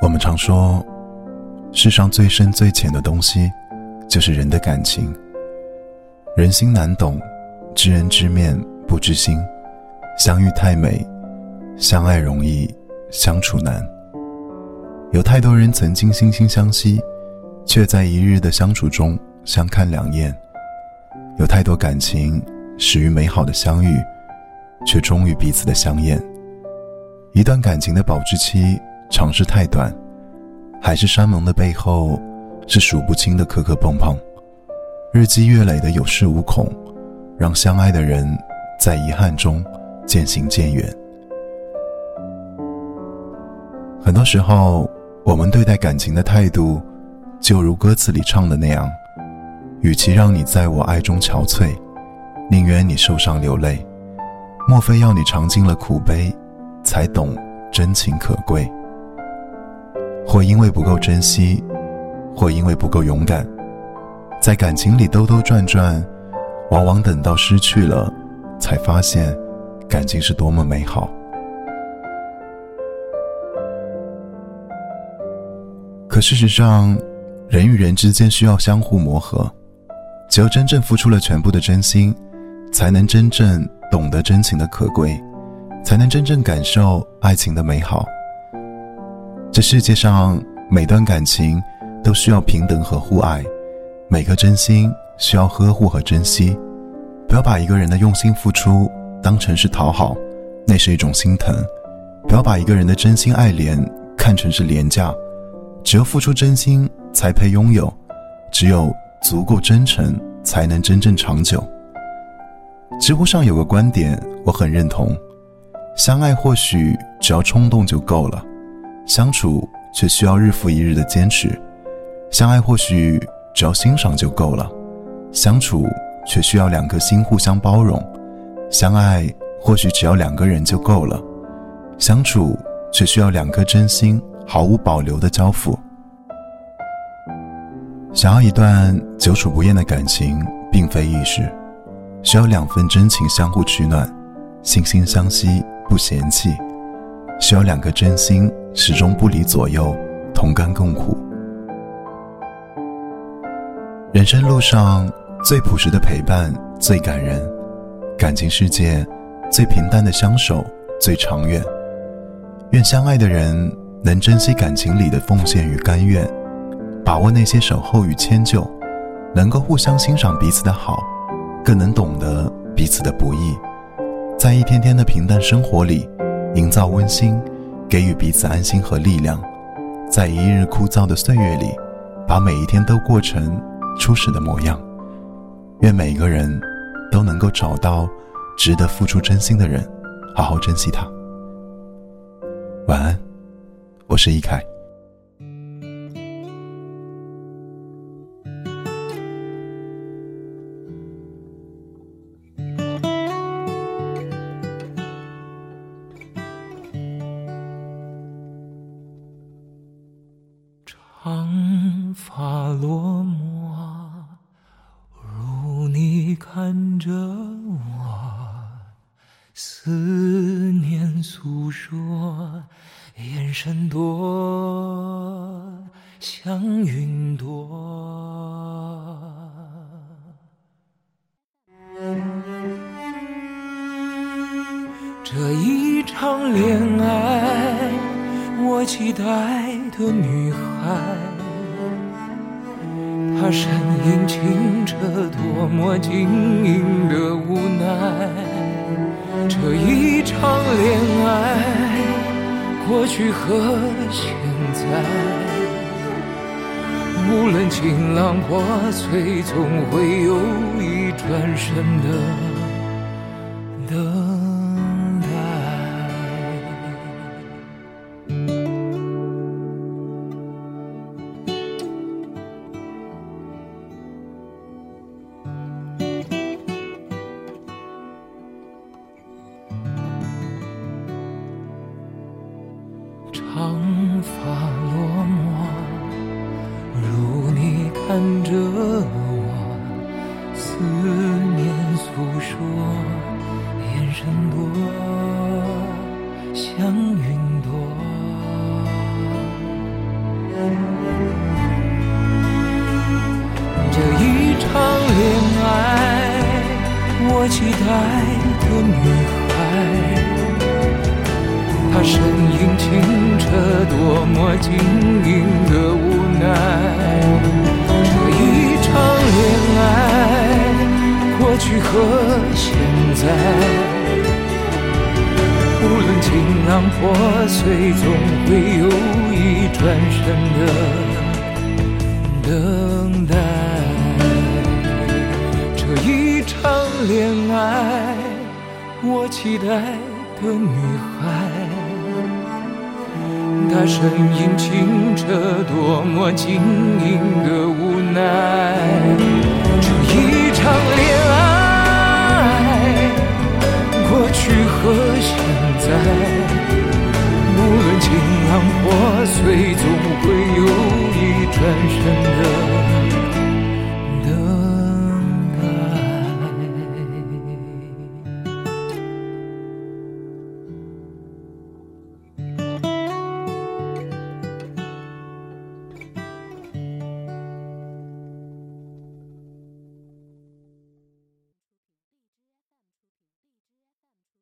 我们常说，世上最深最浅的东西就是人的感情。人心难懂，知人知面不知心，相遇太美，相爱容易，相处难。有太多人曾经惺惺相惜，却在一日的相处中相看两厌。有太多感情始于美好的相遇，却终于彼此的相厌。一段感情的保质期长是太短，海誓山盟的背后是数不清的磕磕碰碰，日积月累的有恃无恐，让相爱的人在遗憾中渐行渐远。很多时候，我们对待感情的态度就如歌词里唱的那样，与其让你在我爱中憔悴，宁愿你受伤流泪。莫非要你尝尽了苦悲，才懂真情可贵？或因为不够珍惜，或因为不够勇敢，在感情里兜兜转转，往往等到失去了，才发现感情是多么美好。可事实上，人与人之间需要相互磨合，只有真正付出了全部的真心，才能真正懂得真情的可贵，才能真正感受爱情的美好。这世界上每段感情都需要平等和互爱，每颗真心需要呵护和珍惜。不要把一个人的用心付出当成是讨好，那是一种心疼。不要把一个人的真心爱怜看成是廉价。只有付出真心才配拥有，只有足够真诚才能真正长久。知乎上有个观点我很认同，相爱或许只要冲动就够了，相处却需要日复一日的坚持。相爱或许只要欣赏就够了，相处却需要两颗心互相包容。相爱或许只要两个人就够了，相处却需要两颗真心毫无保留的交付。想要一段久处不厌的感情并非易事，需要两份真情相互取暖，惺惺相惜不嫌弃，需要两颗真心始终不离左右，同甘共苦。人生路上最朴实的陪伴最感人，感情世界最平淡的相守最长远。愿相爱的人能珍惜感情里的奉献与甘愿，把握那些守候与迁就，能够互相欣赏彼此的好，更能懂得彼此的不易。在一天天的平淡生活里营造温馨，给予彼此安心和力量。在一日枯燥的岁月里，把每一天都过成初始的模样。愿每一个人都能够找到值得付出真心的人，好好珍惜他。晚安，我是易凯。 长发落寞，如你看着我，思念诉说，眼神多像云朵。这一场恋爱，我期待的女孩，她声音清澈，多么晶莹的无奈。这一场恋爱，过去和现在，无论情浪破碎，总会有一转身的等待。长发落寞，如你看着我，思念诉说，眼神多像云朵。 我期待的女孩。她身影清澈，多么晶莹的无奈。这一场恋爱，过去和现在，无论情浪破碎，总会有一转身的等待。这一场恋爱，我期待的女孩，她身影清澈，多么晶莹的无奈。这一场恋爱，过去和现在，无论情浪破碎，总会有一转身的